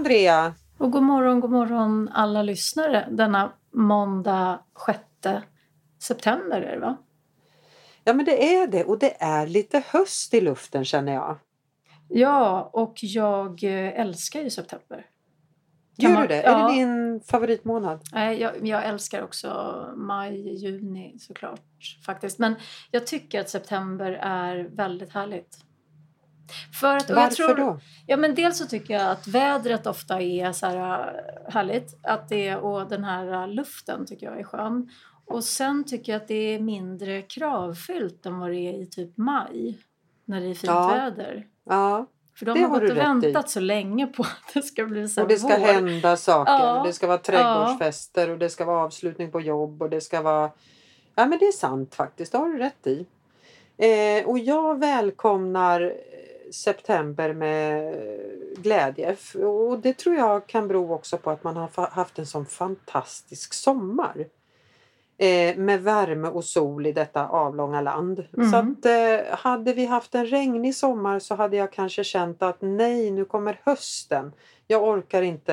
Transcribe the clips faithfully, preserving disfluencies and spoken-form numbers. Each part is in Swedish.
Andrea! Och god morgon, god morgon alla lyssnare. Denna måndag sjätte september är det, va? Ja, men det är det. Och det är lite höst i luften, känner jag. Ja, och jag älskar ju september. Gör man, du det? Ja. Är det din favoritmånad? Nej, jag, jag älskar också maj, juni såklart faktiskt. Men jag tycker att september är väldigt härligt. För att, och Varför jag tror, då? Ja, men dels så tycker jag att vädret ofta är så här härligt. Att det, och den här luften tycker jag är skön. Och sen tycker jag att det är mindre kravfyllt än vad det är i typ maj. När det är fint Ja. väder. Ja, För de det har har gått du och rätt väntat i. så länge på att det ska bli så här Och det ska vår. hända saker. Ja, Och det ska vara trädgårdsfester. Och det ska vara avslutning på jobb. Och det ska vara... Ja, men det är sant faktiskt. Det har du rätt i. Eh, och jag välkomnar september med glädje. Och det tror jag kan bero också på att man har haft en sån fantastisk sommar. Eh, med värme och sol i detta avlånga land. Mm. Så att eh, hade vi haft en regnig sommar så hade jag kanske känt att nej, nu kommer hösten. Jag orkar inte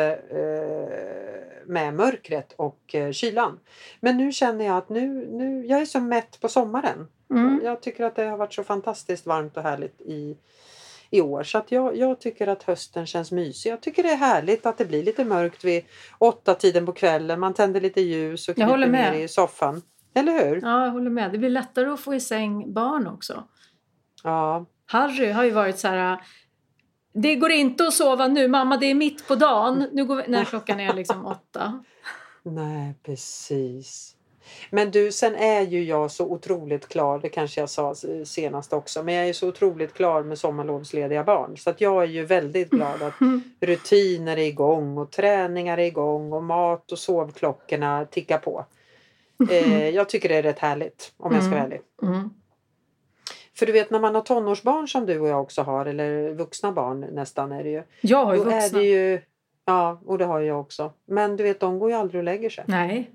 eh, med mörkret och eh, kylan. Men nu känner jag att nu, nu, jag är så mätt på sommaren. Mm. Jag tycker att det har varit så fantastiskt varmt och härligt i, i år. Så att jag, jag tycker att hösten känns mysig. Jag tycker det är härligt att det blir lite mörkt vid åtta tiden på kvällen. Man tänder lite ljus och kryper ner i soffan. Eller hur? Ja, jag håller med. Det blir lättare att få i säng barn också. Ja. Harry har ju varit så här... Det går inte att sova nu. Mamma, det är mitt på dagen. Nu går vi, när klockan är liksom åtta. Nej, precis. Men du, sen är ju jag så otroligt klar. Det kanske jag sa senast också. Men jag är så otroligt klar med sommarlovslediga barn. Så att jag är ju väldigt glad att rutiner är igång. Och träningar är igång. Och mat och sovklockorna tickar på. Eh, jag tycker det är rätt härligt. Om jag ska vara ärlig. Mm. För du vet, när man har tonårsbarn som du och jag också har. Eller vuxna barn nästan är det ju. Jag har ju då vuxna. Är det ju, ja, och det har jag också. Men du vet, de går ju aldrig och lägger sig. Nej.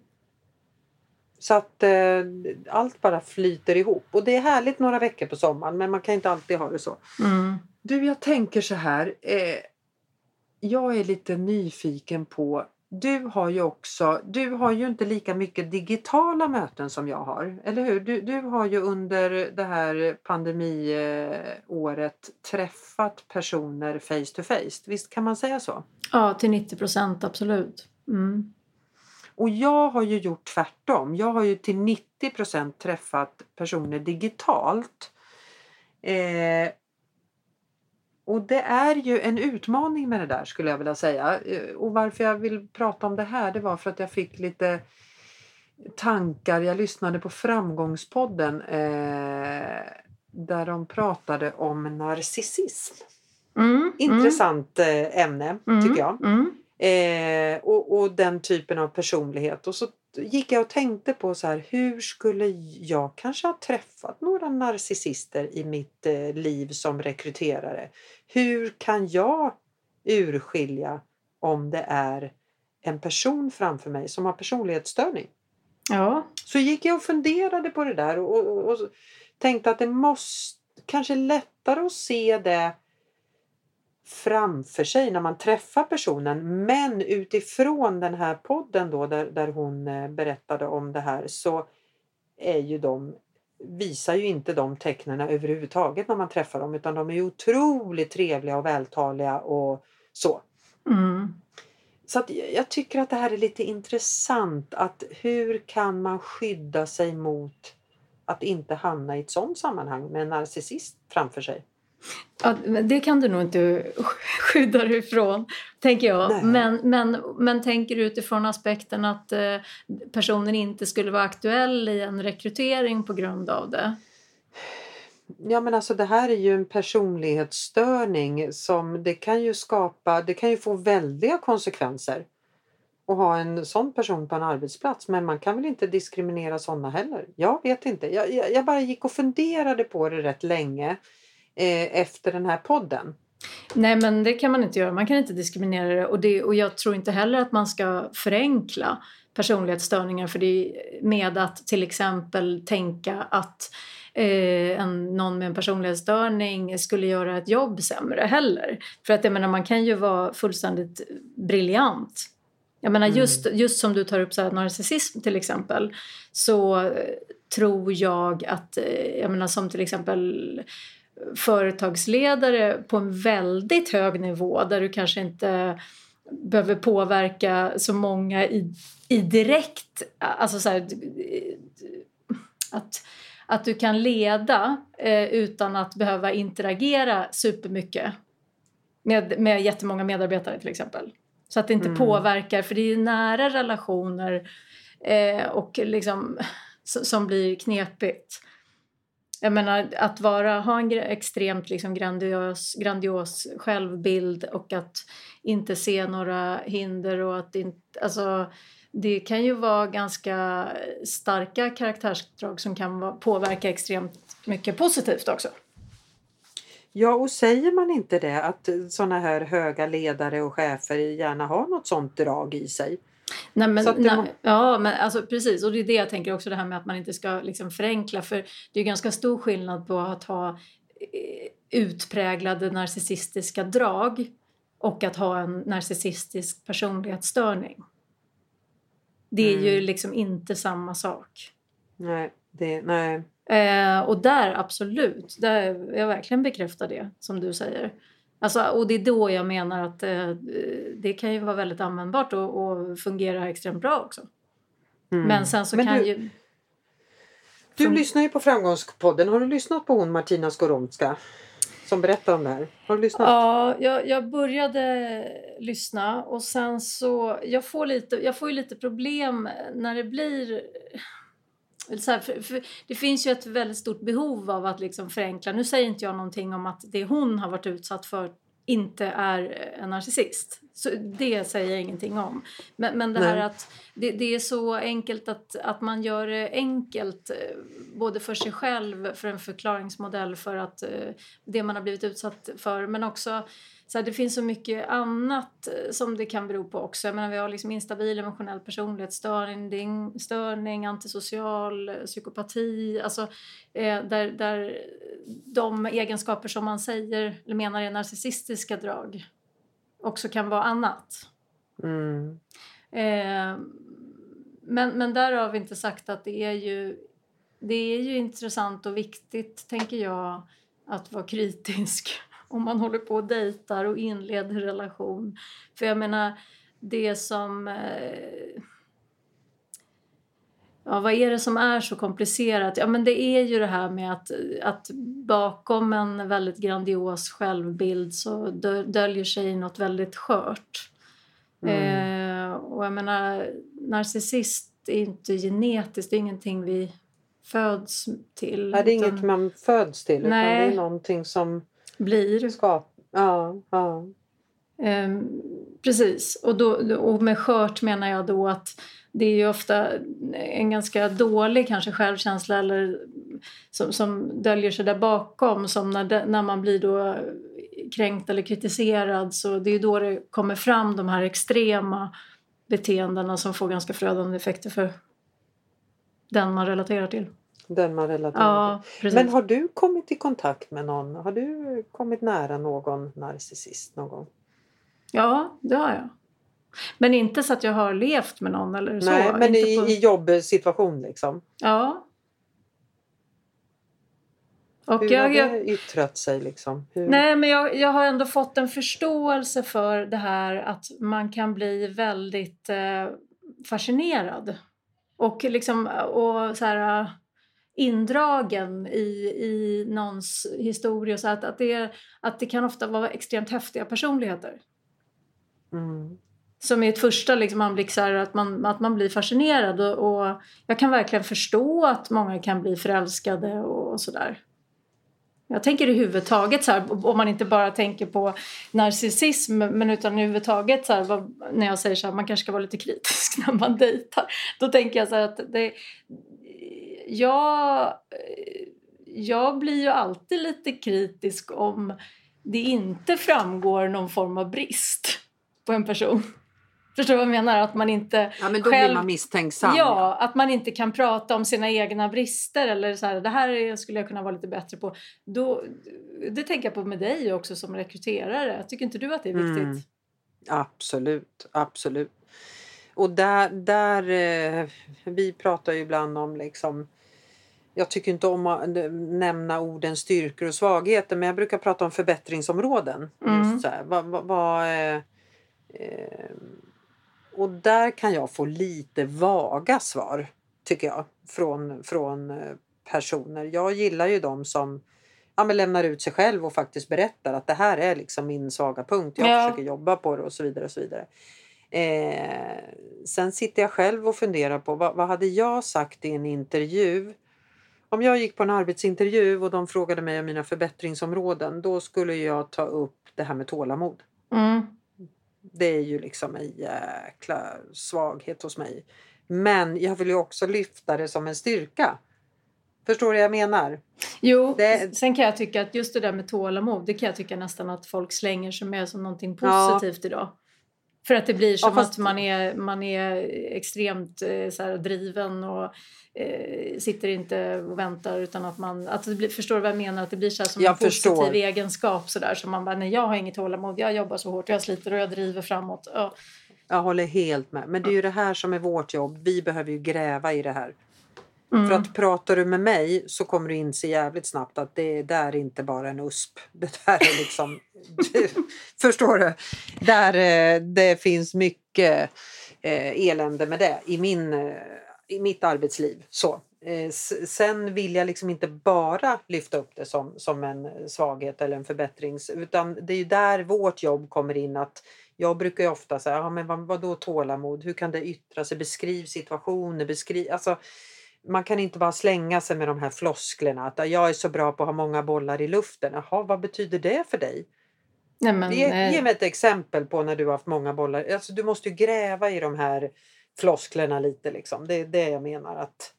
Så att eh, allt bara flyter ihop. Och det är härligt några veckor på sommaren. Men man kan inte alltid ha det så. Mm. Du, jag tänker så här. Eh, jag är lite nyfiken på... Du har ju också... Du har ju inte lika mycket digitala möten som jag har. Eller hur? Du, du har ju under det här pandemiåret träffat personer face to face. Visst kan man säga så? Ja, till nittio procent absolut. Mm. Och jag har ju gjort tvärtom. Jag har ju till nittio procent träffat personer digitalt. Eh, och det är ju en utmaning med det där, skulle jag vilja säga. Eh, och varför jag vill prata om det här, det var för att jag fick lite tankar. Jag lyssnade på Framgångspodden eh, där de pratade om narcissism. Mm. Intressant eh, ämne, Mm. tycker jag. Mm. Eh, och, och den typen av personlighet. Och så gick jag och tänkte på så här, hur skulle jag kanske ha träffat några narcissister i mitt eh, liv som rekryterare? Hur kan jag urskilja om det är en person framför mig som har personlighetsstörning? Ja. Så gick jag och funderade på det där och, och, och tänkte att det måste kanske lättare att se det framför sig när man träffar personen, men utifrån den här podden då där, där hon berättade om det här, så är ju de, visar ju inte de tecknen överhuvudtaget när man träffar dem, utan de är ju otroligt trevliga och vältaliga och så. Mm. Så att jag tycker att det här är lite intressant, att hur kan man skydda sig mot att inte hamna i ett sådant sammanhang med en narcissist framför sig? Ja, det kan du nog inte skydda dig ifrån, tänker jag. Men, men, men tänker du utifrån aspekten att eh, personen inte skulle vara aktuell i en rekrytering på grund av det? Ja, men alltså det här är ju en personlighetsstörning som det kan ju skapa, det kan ju få väldiga konsekvenser att ha en sån person på en arbetsplats, men man kan väl inte diskriminera sådana heller. Jag vet inte, jag, jag, jag bara gick och funderade på det rätt länge eh, efter den här podden. Nej, men det kan man inte göra, man kan inte diskriminera det och, det, och jag tror inte heller att man ska förenkla personlighetsstörningar för det med att till exempel tänka att eh, en, någon med en personlighetsstörning skulle göra ett jobb sämre heller. För att jag menar, man kan ju vara fullständigt briljant. Jag menar just, just som du tar upp så här, narcissism till exempel, så tror jag att, jag menar som till exempel företagsledare på en väldigt hög nivå där du kanske inte behöver påverka så många i, i direkt, alltså så här, att, att du kan leda eh, utan att behöva interagera supermycket med, med jättemånga medarbetare till exempel. Så att det inte mm. påverkar, för det är ju nära relationer eh, och liksom som blir knepigt. Jag menar att vara, ha en extremt liksom grandios, grandios självbild och att inte se några hinder och att inte, alltså det kan ju vara ganska starka karaktärsdrag som kan påverka extremt mycket positivt också. Ja, och säger man inte det att såna här höga ledare och chefer gärna har något sånt drag i sig? Nej, men, nej, det... Ja, men alltså precis. Och det är det jag tänker också, det här med att man inte ska liksom förenkla. För det är ganska stor skillnad på att ha utpräglade narcissistiska drag och att ha en narcissistisk personlighetsstörning. Det är mm. ju liksom inte samma sak. Nej, det, nej. Eh, och där absolut, där jag verkligen bekräftar det som du säger. Alltså, och det är då jag menar att eh, det kan ju vara väldigt användbart och, och fungera extremt bra också. Mm. Men sen så Men kan du, ju... Du fun- lyssnar ju på Framgångspodden. Har du lyssnat på hon Martina Skoromska som berättar om det här? Har du lyssnat? Ja, jag, jag började lyssna och sen så... Jag får, lite, jag får ju lite problem när det blir... Så här, för, för det finns ju ett väldigt stort behov av att liksom förenkla. Nu säger inte jag någonting om att det hon har varit utsatt för inte är en narcissist. Så det säger jag ingenting om. Men, men det här Nej. att det, det är så enkelt att, att man gör det enkelt både för sig själv, för en förklaringsmodell för att det man har blivit utsatt för, men också så här, det finns så mycket annat som det kan bero på också. Jag menar, vi har liksom instabil emotionell personlighetsstörning, störning, antisocial, psykopati. Alltså, eh, där, där de egenskaper som man säger eller menar är narcissistiska drag också kan vara annat. Mm. Eh, men, men där har vi inte sagt att det är ju, det är ju intressant och viktigt, tänker jag, att vara kritisk. Om man håller på och dejtar och inleder relation. För jag menar, det som... Eh, ja, vad är det som är så komplicerat? Ja, men det är ju det här med att, att bakom en väldigt grandios självbild så dö, döljer sig något väldigt skört. Mm. Eh, och jag menar, narcissist är inte genetiskt, det är ingenting vi föds till. Ja, det är utan, inget man föds till, utan nej, det är någonting som... blir. Skap. Ja, ja. Um, precis. Och, då, och med skört menar jag då att det är ju ofta en ganska dålig kanske självkänsla eller som, som döljer sig där bakom. Som när, det, när man blir då kränkt eller kritiserad, så det är då det kommer fram de här extrema beteendena som får ganska förödande effekter för den man relaterar till. Den man relaterar ja, till. Precis. Men har du kommit i kontakt med någon? Har du kommit nära någon narcissist någon gång? Ja, det har jag. Men inte så att jag har levt med någon eller så. Nej, men i, på... i jobbsituation liksom? Ja. Och Hur jag, har det yttrat sig liksom? Hur... Nej, men jag, jag har ändå fått en förståelse för det här att man kan bli väldigt eh, fascinerad. Och liksom och så här, indragen i, i någons historia. Så att, att, det, att det kan ofta vara extremt häftiga personligheter. Mm. Som är ett första liksom, anblick så här, att, man, att man blir fascinerad. Och, och jag kan verkligen förstå att många kan bli förälskade och, och sådär. Jag tänker i huvudtaget så här, om man inte bara tänker på narcissism, men utan i huvudtaget så här, vad, när jag säger så här, man kanske ska vara lite kritisk när man dejtar. Då tänker jag så här att det, jag, jag blir ju alltid lite kritisk om det inte framgår någon form av brist på en person. Förstår du vad jag menar? Att man inte Ja, men då själv... blir man misstänksam. Ja, att man inte kan prata om sina egna brister. Eller så här, det här skulle jag kunna vara lite bättre på. Då, det tänker jag på med dig också som rekryterare. Tycker inte du att det är viktigt? Mm. Absolut, absolut. Och där, där eh, vi pratar ju ibland om liksom, jag tycker inte om att nämna orden styrkor och svagheter, men jag brukar prata om förbättringsområden. Mm. Just så här, vad, vad, vad, eh, eh, och där kan jag få lite vaga svar, tycker jag, från, från eh, personer. Jag gillar ju de som ja, men lämnar ut sig själv och faktiskt berättar att det här är liksom min svaga punkt. Jag Ja. försöker jobba på det och så vidare och så vidare. Eh, sen sitter jag själv och funderar på vad, vad hade jag sagt i en intervju? Om jag gick på en arbetsintervju och de frågade mig om mina förbättringsområden, då skulle jag ta upp det här med tålamod. Mm. Det är ju liksom en jäkla svaghet hos mig. Men jag vill ju också lyfta det som en styrka. Förstår du vad jag menar? Jo, Det- sen kan jag tycka att just det där med tålamod, det kan jag tycka nästan att folk slänger sig med som någonting Ja. positivt idag. För att det blir som Ja, fast- att man är, man är extremt eh, så här, driven och eh, sitter inte och väntar utan att man, att det blir, förstår du vad jag menar? Att det blir så här som Jag en positiv förstår. egenskap så där, som man bara, nej jag har inget tålamod, jag jobbar så hårt, jag sliter och jag driver framåt. Ja. Jag håller helt med. Men det är ju det här som är vårt jobb. Vi behöver ju gräva i det här. Mm. För att pratar du med mig så kommer du inse jävligt snabbt att det där är inte bara en usp. Det där är liksom... förstår du? Där eh, det finns mycket eh, elände med det i, min, eh, i mitt arbetsliv. Så. Eh, s- sen vill jag liksom inte bara lyfta upp det som, som en svaghet eller en förbättring. Utan det är ju där vårt jobb kommer in att jag brukar ju ofta säga, ja, men vad, vad då tålamod? Hur kan det yttra sig? Beskriv situationer, beskriv... Alltså, man kan inte bara slänga sig med de här flosklerna. Att jag är så bra på att ha många bollar i luften. Jaha, vad betyder det för dig? Nej, men, Ge, eh, ge mig ett exempel på när du har haft många bollar. Alltså, du måste ju gräva i de här flosklerna lite. Liksom. Det är det jag menar. att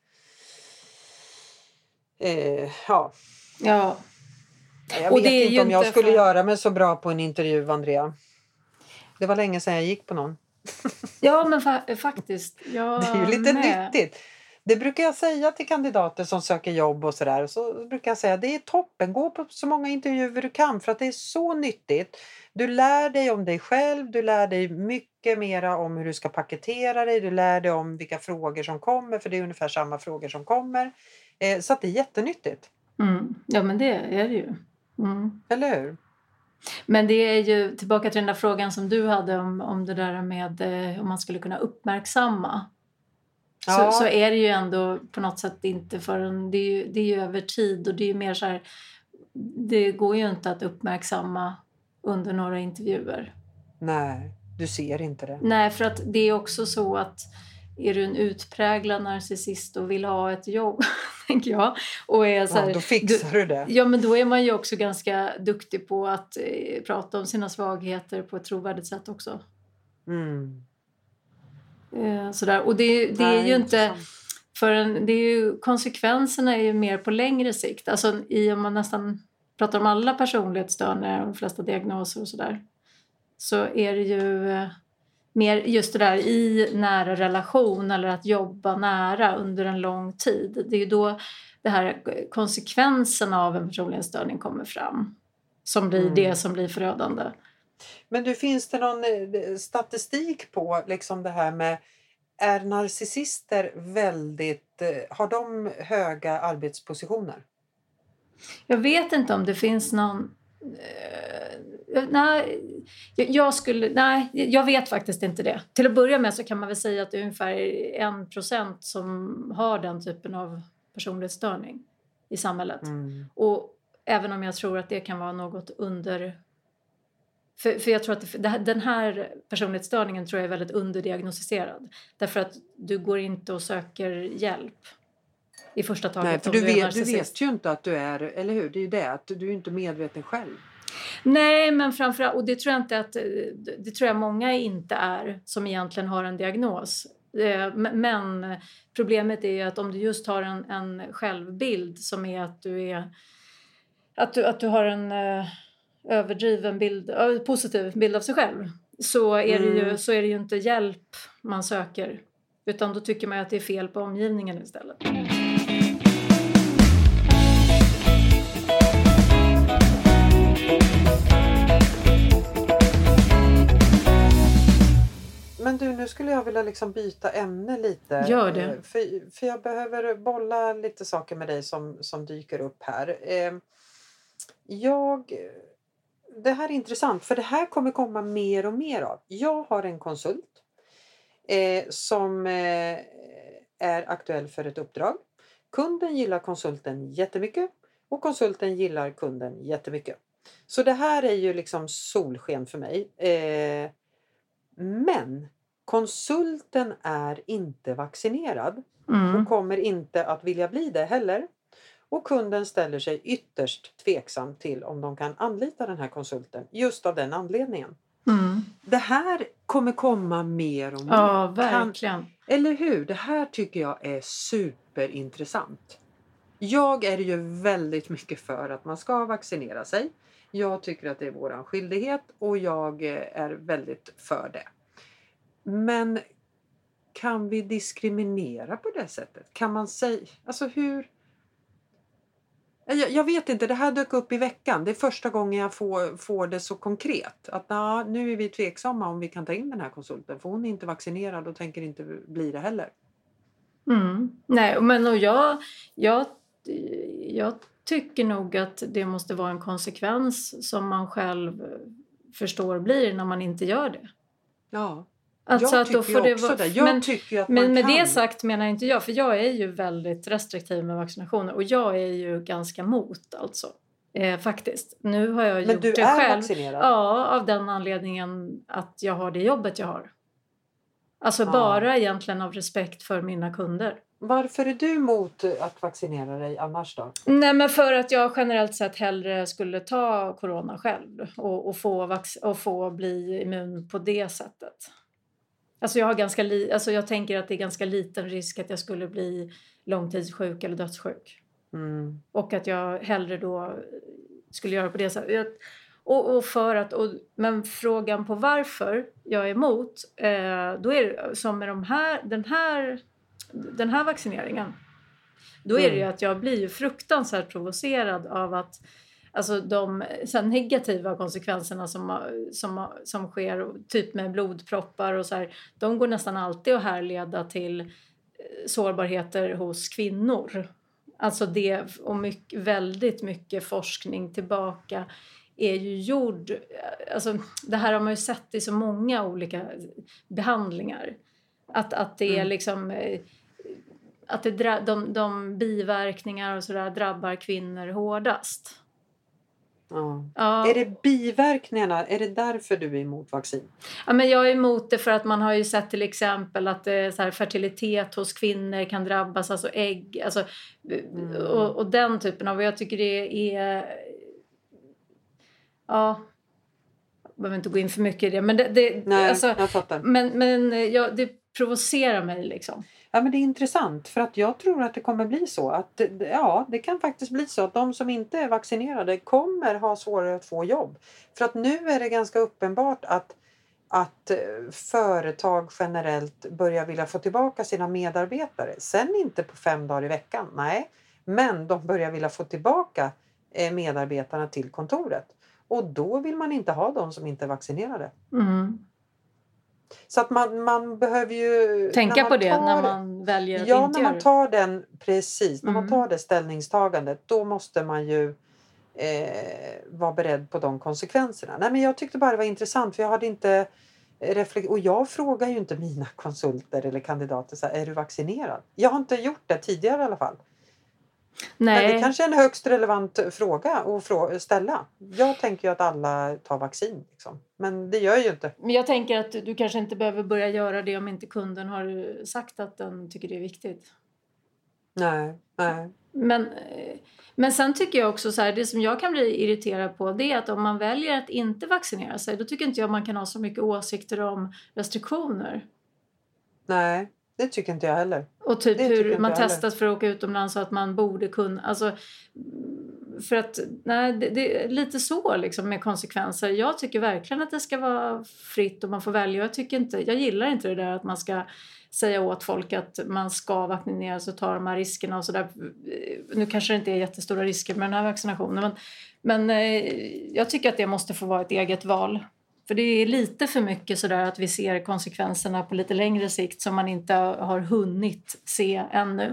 eh, ja. ja. Jag Och vet det är inte ju om jag inte skulle för- göra mig så bra på en intervju, Andrea. Det var länge sedan jag gick på någon. ja, men fa- faktiskt. Jag Det är ju lite med. nyttigt. Det brukar jag säga till kandidater som söker jobb och sådär. Så brukar jag säga det är toppen. Gå på så många intervjuer du kan för att det är så nyttigt. Du lär dig om dig själv. Du lär dig mycket mera om hur du ska paketera dig. Du lär dig om vilka frågor som kommer. För det är ungefär samma frågor som kommer. Eh, så att det är jättenyttigt. Mm. Ja, men det är det ju. Mm. Eller hur? Men det är ju tillbaka till den där frågan som du hade om, om det där med eh, om man skulle kunna uppmärksamma. Ja. Så, så är det ju ändå på något sätt inte förrän det är ju, det är ju över tid och det är ju mer så här, det går ju inte att uppmärksamma under några intervjuer. Nej, du ser inte det. Nej, för att det är också så att är du en utpräglad narcissist och vill ha ett jobb, tänker jag. Och är så här, Ja, då fixar du det. Ja, men då är man ju också ganska duktig på att eh, prata om sina svagheter på ett trovärdigt sätt också. Mm. Eh, sådär. Och det, det Nej, är ju inte... intressant. För en, det är ju, konsekvenserna är ju mer på längre sikt. Alltså i om man nästan pratar om alla personlighetsstörningar och de flesta diagnoser och sådär. Så är det ju eh, mer just det där i nära relation eller att jobba nära under en lång tid. Det är ju då det här konsekvenserna av en personlighetsstörning kommer fram. Som blir Mm. det som blir förödande. Men du, finns det någon eh, statistik på liksom det här med är narcissister väldigt, eh, har de höga arbetspositioner? Jag vet inte om det finns någon... Eh, nej, jag, jag skulle, nej, jag vet faktiskt inte det. Till att börja med så kan man väl säga att det är ungefär en procent som har den typen av personlighetsstörning i samhället. Mm. Och även om jag tror att det kan vara något under... För, för jag tror att det, den här personlighetsstörningen tror jag är väldigt underdiagnostiserad. Därför att du går inte och söker hjälp i första taget. Nej, för om du är vet, du narcissist. vet ju inte att du är, eller hur? Det är ju det, att du är inte medveten själv. Nej, men framförallt, och det tror jag inte att, det tror jag många inte är som egentligen har en diagnos. Eh, Men problemet är ju att om du just har en, en självbild som är att du är, att du, att du har en eh, överdriven bild, eh, positiv bild av sig själv. så är, det ju, Mm. så är det ju inte hjälp man söker. Utan då tycker man att det är fel på omgivningen istället. Men du, nu skulle jag vilja liksom byta ämne lite. Gör det. Eh, För, för jag behöver bolla lite saker med dig som, som dyker upp här. Eh, Jag... Det här är intressant, för det här kommer komma mer och mer av. Jag har en konsult eh, som eh, är aktuell för ett uppdrag. Kunden gillar konsulten jättemycket och konsulten gillar kunden jättemycket. Så det här är ju liksom solsken för mig. Eh, men konsulten är inte vaccinerad Mm. och kommer inte att vilja bli det heller. Och kunden ställer sig ytterst tveksam till om de kan anlita den här konsulten just av den anledningen. Mm. Det här kommer komma mer och mer. Ja, verkligen. Kan, eller hur? Det här tycker jag är superintressant. Jag är ju väldigt mycket för att man ska vaccinera sig. Jag tycker att det är våran skyldighet och jag är väldigt för det. Men kan vi diskriminera på det sättet? Kan man säga, alltså hur... Jag, jag vet inte, det här dök upp i veckan. Det är första gången jag får, får det så konkret. Att na, nu är vi tveksamma om vi kan ta in den här konsulten. För hon är inte vaccinerad och tänker inte bli det heller. Mm. Nej, men och jag, jag, jag tycker nog att det måste vara en konsekvens som man själv förstår blir när man inte gör det. Ja, Alltså jag att då tycker får ju det också vara, det. Jag men, tycker ju att men man med kan. det sagt menar inte jag, för jag är ju väldigt restriktiv med vaccinationer och jag är ju ganska mot alltså. Eh, faktiskt. Nu har jag Men gjort du det är själv. vaccinerad? Ja, av den anledningen att jag har det jobbet jag har. Alltså Ja. bara egentligen av respekt för mina kunder. Varför är du emot att vaccinera dig annars då? Nej, men för att jag generellt sett hellre skulle ta corona själv och, och, få, vax- och få bli immun på det sättet. Alltså jag, har ganska li- alltså jag tänker att det är ganska liten risk att jag skulle bli långtidssjuk eller dödssjuk. Mm. Och att jag hellre då skulle göra på det sättet. Jag, och, och för att, och, men frågan på varför jag är emot, eh, då är det som med de här, den, här, den här vaccineringen. Då är det ju att jag blir ju fruktansvärt provocerad av att alltså de så här, negativa konsekvenserna som, som, som sker, typ med blodproppar och så här, de går nästan alltid att härleda till sårbarheter hos kvinnor. Alltså det, och mycket, väldigt mycket forskning tillbaka är ju gjord, alltså det här har man ju sett i så många olika behandlingar. Att, att det är Mm. liksom, att det, de, de biverkningar och sådär drabbar kvinnor hårdast. Ja. Ja. Är det biverkningarna? Är det därför du är emot vaccin? Ja, men jag är emot det för att man har ju sett till exempel att det är så här, fertilitet hos kvinnor kan drabbas, alltså ägg, alltså, Mm. och, och den typen av, och jag tycker det är, ja, jag behöver inte gå in för mycket i det, men det, det Nej, alltså, jag fattar. men, men ja, det provocerar mig liksom. Ja, men det är intressant för att jag tror att det kommer bli så att ja, det kan faktiskt bli så att de som inte är vaccinerade kommer ha svårare att få jobb. För att nu är det ganska uppenbart att, att företag generellt börjar vilja få tillbaka sina medarbetare. Sen inte på fem dagar i veckan, nej. Men de börjar vilja få tillbaka medarbetarna till kontoret. Och då vill man inte ha de som inte är vaccinerade. Mm. Så att man, man behöver ju... Tänka på det tar, när man väljer att ja, inte när man göra tar den, precis, när Mm. man tar det ställningstagandet, då måste man ju eh, vara beredd på de konsekvenserna. Nej, men jag tyckte bara det var intressant, för jag hade inte reflekterat, och jag frågar ju inte mina konsulter eller kandidater så här, är du vaccinerad? Jag har inte gjort det tidigare i alla fall. Nej. Men det kanske är en högst relevant fråga att frå- ställa. Jag tänker ju att alla tar vaccin. Liksom. Men det gör ju inte. Men jag tänker att du kanske inte behöver börja göra det om inte kunden har sagt att den tycker det är viktigt. Nej, nej. Men, men sen tycker jag också så här, det som jag kan bli irriterad på, det är att om man väljer att inte vaccinera sig, då tycker inte jag man kan ha så mycket åsikter om restriktioner. Nej, det tycker inte jag heller. Och typ Det tycker hur inte man jag heller. testas för att åka utomlands så att man borde kunna, alltså för att nej, det, det är lite så liksom med konsekvenser. Jag tycker verkligen att det ska vara fritt och man får välja. Jag, tycker inte, jag gillar inte det där att man ska säga åt folk att man ska vaccineras och ta de här riskerna och sådär. Nu kanske det inte är jättestora risker med den här vaccinationen. Men, men jag tycker att det måste få vara ett eget val. För det är lite för mycket sådär att vi ser konsekvenserna på lite längre sikt som man inte har hunnit se ännu.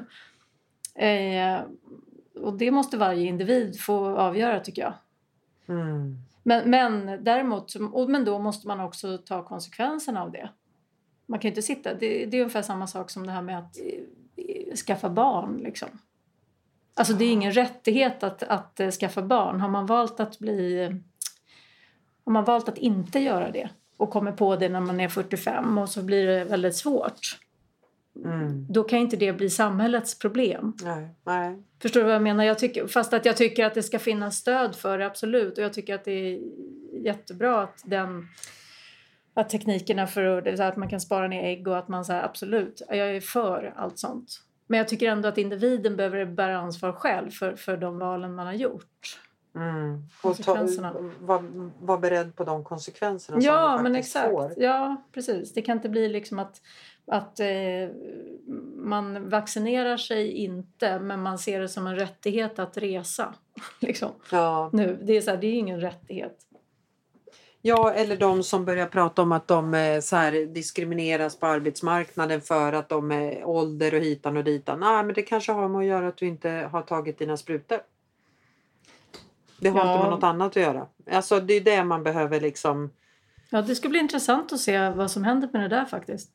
Eh, och det måste varje individ få avgöra tycker jag. Mm. Men, men däremot, och, men då måste man också ta konsekvenserna av det. Man kan ju inte sitta, det, det är ungefär samma sak som det här med att eh, skaffa barn liksom. Alltså det är ingen rättighet att, att uh, skaffa barn. Har man valt att bli, har man valt att inte göra det och kommer på det när man är fyrtiofem och så blir det väldigt svårt. Mm. Då kan inte det bli samhällets problem. Nej, nej. Förstår du vad jag menar? Jag tycker, fast att jag tycker att det ska finnas stöd för det, absolut. Och jag tycker att det är jättebra att, den, att teknikerna för det, så att man kan spara ner ägg och att man säger absolut, jag är för allt sånt. Men jag tycker ändå att individen behöver bära ansvar själv för, för de valen man har gjort. Mm. Och ta, var, var beredd på de konsekvenserna ja, som du men faktiskt exakt. får. Ja, precis. Det kan inte bli liksom att, att eh, man vaccinerar sig inte men man ser det som en rättighet att resa. liksom. Ja. Nu, det, är så här, det är ingen rättighet. Ja, eller de som börjar prata om att de så här, diskrimineras på arbetsmarknaden för att de är ålder och hitan och ditan. Nej, men det kanske har med att göra att du inte har tagit dina sprutor. Det har ja. inte med något annat att göra. Alltså det är det man behöver liksom... Ja, det ska bli intressant att se vad som händer med det där faktiskt.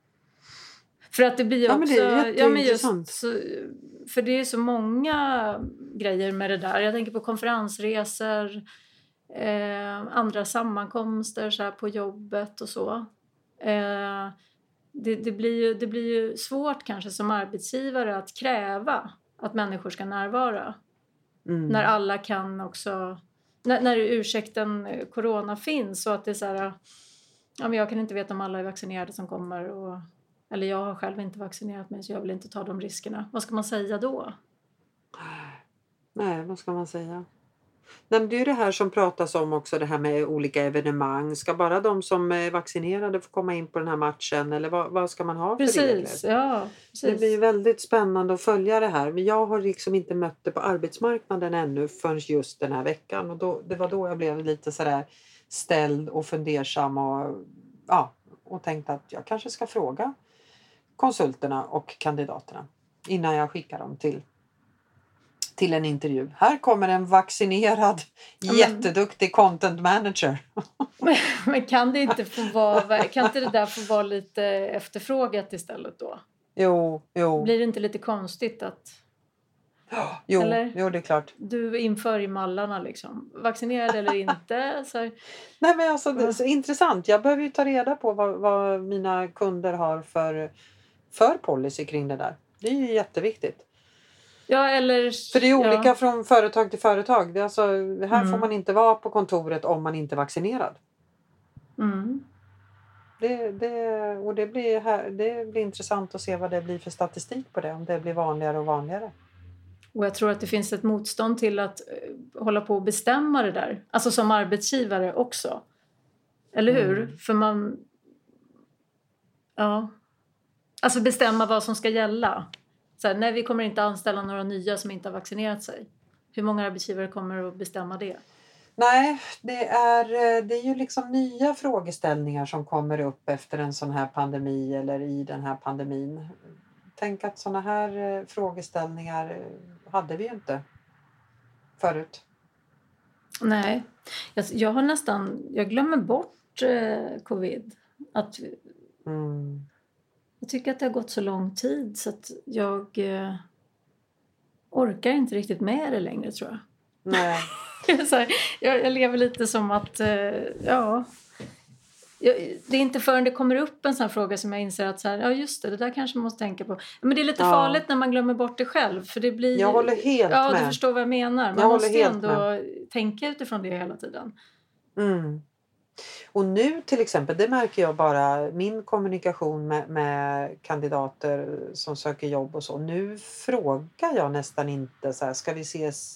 För att det blir också... Ja, men det är jätteintressant. Ja, men just, för det är så många grejer med det där. Jag tänker på konferensresor, eh, andra sammankomster så här på jobbet och så. Eh, det, det, blir ju, det blir ju svårt kanske som arbetsgivare att kräva att människor ska närvara. Mm. När alla kan också... När, när ursäkten corona finns så att det är så här... Ja, men jag kan inte veta om alla är vaccinerade som kommer. Och, eller jag har själv inte vaccinerat mig så jag vill inte ta de riskerna. Vad ska man säga då? Nej, vad ska man säga? Nej, det är ju det här som pratas om också. Det här med olika evenemang. Ska bara de som är vaccinerade få komma in på den här matchen? Eller vad, vad ska man ha för precis, regler? Ja, precis. Det blir väldigt spännande att följa det här. Men jag har liksom inte mött det på arbetsmarknaden ännu förrän just den här veckan. Och då, det var då jag blev lite sådär ställd och fundersam. Och, ja, och tänkte att jag kanske ska fråga konsulterna och kandidaterna innan jag skickar dem till till en intervju. Här kommer en vaccinerad, men, jätteduktig content manager. Men, men kan det inte få vara, kan inte det där få vara lite efterfrågat istället då? Jo, jo. Blir det inte lite konstigt att... Jo, eller? Jo, det är klart. Du inför i mallarna liksom. Vaccinerad eller inte? Så... Nej, men alltså det är så intressant. Jag behöver ju ta reda på vad, vad mina kunder har för, för policy kring det där. Det är ju jätteviktigt. Ja, eller... För det är olika ja. från företag till företag. Det är alltså, här mm. får man inte vara på kontoret om man inte är vaccinerad. Mm. Det, det, och det blir, här, det blir intressant att se vad det blir för statistik på det. Om det blir vanligare och vanligare. Och jag tror att det finns ett motstånd till att uh, hålla på och bestämma det där. Alltså som arbetsgivare också. Eller hur? Mm. För man... Ja. Alltså bestämma vad som ska gälla. Så här, nej, vi kommer inte anställa några nya som inte har vaccinerat sig. Hur många arbetsgivare kommer att bestämma det? Nej, det är, det är ju liksom nya frågeställningar som kommer upp efter en sån här pandemi eller i den här pandemin. Tänk att såna här frågeställningar hade vi ju inte förut. Nej, jag, jag har nästan, jag glömmer bort eh, covid. Att, mm. Jag tycker att det har gått så lång tid så att jag eh, orkar inte riktigt med det längre tror jag. Nej. så här, jag, jag lever lite som att, eh, ja, jag, det är inte förrän det kommer upp en sån här fråga som jag inser att så här, ja just det, det där kanske man måste tänka på. Men det är lite ja. farligt när man glömmer bort det själv. För det blir, jag håller helt ja, med. Ja, du förstår vad jag menar. Man jag måste helt ändå med. tänka utifrån det hela tiden. Mm. Och nu till exempel, det märker jag bara min kommunikation med, med kandidater som söker jobb och så. Nu frågar jag nästan inte så här, ska vi ses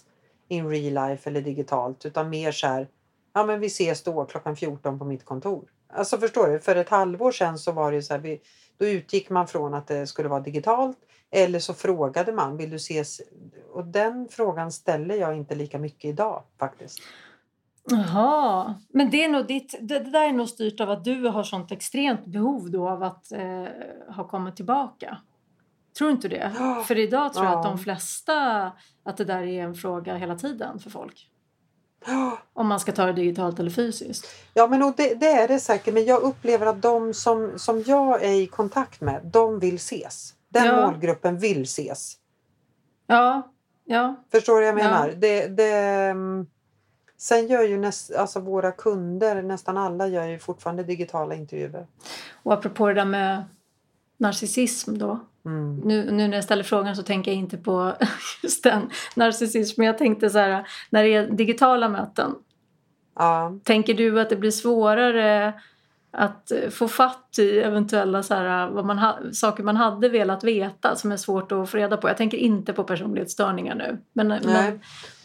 in real life eller digitalt, utan mer så här, ja men vi ses då klockan fjorton på mitt kontor. Alltså förstår du, för ett halvår sedan så var det så här, vi, då utgick man från att det skulle vara digitalt, eller så frågade man, vill du ses? Och den frågan ställer jag inte lika mycket idag faktiskt. Jaha, men det, är nog ditt, det, det där är nog styrt av att du har sånt extremt behov då av att eh, ha kommit tillbaka. Tror du inte det? Ja. För idag tror jag Ja. att de flesta, att det där är en fråga hela tiden för folk. Ja. Om man ska ta det digitalt eller fysiskt. Ja, men och det, det är det säkert. Men jag upplever att de som, som jag är i kontakt med, de vill ses. Den Ja. målgruppen vill ses. Ja, ja. Förstår du vad jag menar? Ja. Det, det, mm, sen gör ju näst, alltså våra kunder, nästan alla gör ju fortfarande digitala intervjuer. Och apropå det där med narcissism då. Mm. Nu, nu när jag ställer frågan så tänker jag inte på just den narcissism. Men jag tänkte så här, när det är digitala möten. Ja. Tänker du att det blir svårare att få fatt i eventuella så här, vad man ha, saker man hade velat veta som är svårt att få reda på? Jag tänker inte på personlighetsstörningar nu. Men, Nej. men...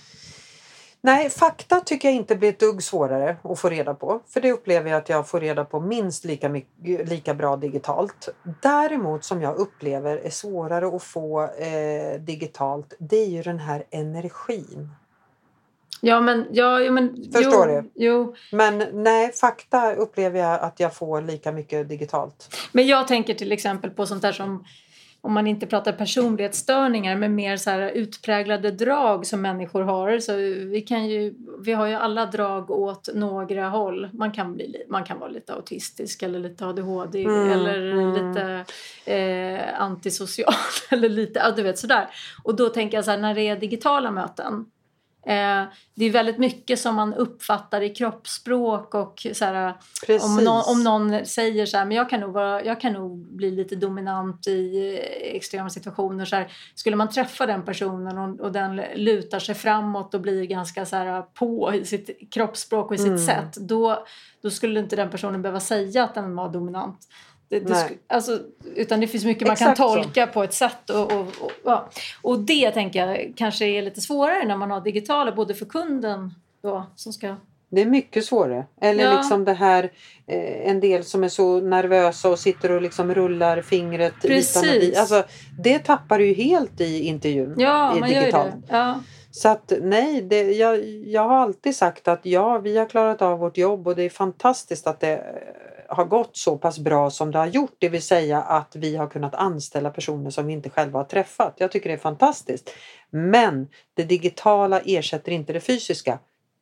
Nej, fakta tycker jag inte blir ett dugg svårare att få reda på. För det upplever jag att jag får reda på minst lika, mycket, lika bra digitalt. Däremot som jag upplever är svårare att få eh, digitalt, det är ju den här energin. Ja, men... Ja, ja, men Förstår jo, du? Jo. Men nej, fakta upplever jag att jag får lika mycket digitalt. Men jag tänker till exempel på sånt där som... Om man inte pratar personlighetsstörningar men mer så här utpräglade drag som människor har. Så vi, kan ju, vi har ju alla drag åt några håll. Man kan, bli, man kan vara lite autistisk eller lite A D H D Mm, eller mm. lite eh, antisocial eller lite, ja du vet sådär. Och då tänker jag så här, när det är digitala möten. Eh, det är väldigt mycket som man uppfattar i kroppsspråk och så här, om, någon, om någon säger så här, men jag kan nog, vara, jag kan nog bli lite dominant i extrema situationer så här, skulle man träffa den personen och, och den lutar sig framåt och blir ganska så här, på i sitt kroppsspråk och i sitt Mm. sätt, då, då skulle inte den personen behöva säga att den var dominant. Det, det sk- alltså, utan det finns mycket man Exakt kan tolka så. På ett sätt och, och, och, ja. Och det tänker jag kanske är lite svårare när man har digitala, både för kunden då, som ska... Det är mycket svårare. Eller Ja. liksom det här, eh, en del som är så nervösa och sitter och liksom rullar fingret. Precis. Utan att, alltså, det tappar ju helt i intervjun. Ja, i man gör ju digitalt. det. Ja. Så att nej, det, jag, jag har alltid sagt att ja, vi har klarat av vårt jobb och det är fantastiskt att det eh, har gått så pass bra som det har gjort. Det vill säga att vi har kunnat anställa personer som vi inte själva har träffat. Jag tycker det är fantastiskt. Men det digitala ersätter inte det fysiska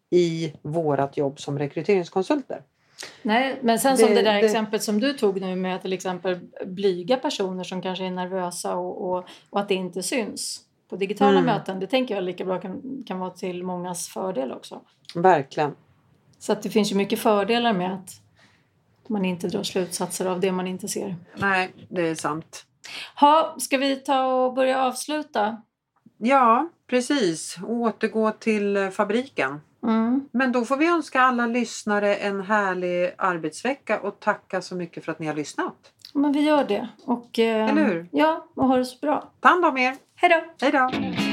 i vårat jobb som rekryteringskonsulter. Nej, men sen som Det- det där det- exemplet som du tog nu med till exempel blyga personer som kanske är nervösa och, och, och att det inte syns på digitala Mm. möten, det tänker jag lika bra kan, kan vara till mångas fördel också. Verkligen. Så att det finns ju mycket fördelar med att man inte drar slutsatser av det man inte ser. Nej, det är sant. Ha, ska vi ta och börja avsluta? Ja, precis. Återgå till eh, fabriken. Mm. Men då får vi önska alla lyssnare en härlig arbetsvecka och tacka så mycket för att ni har lyssnat. Men vi gör det. Och, eh, Eller hur? Ja, och ha det så bra. Ta hand om er. Hej då! Hej då!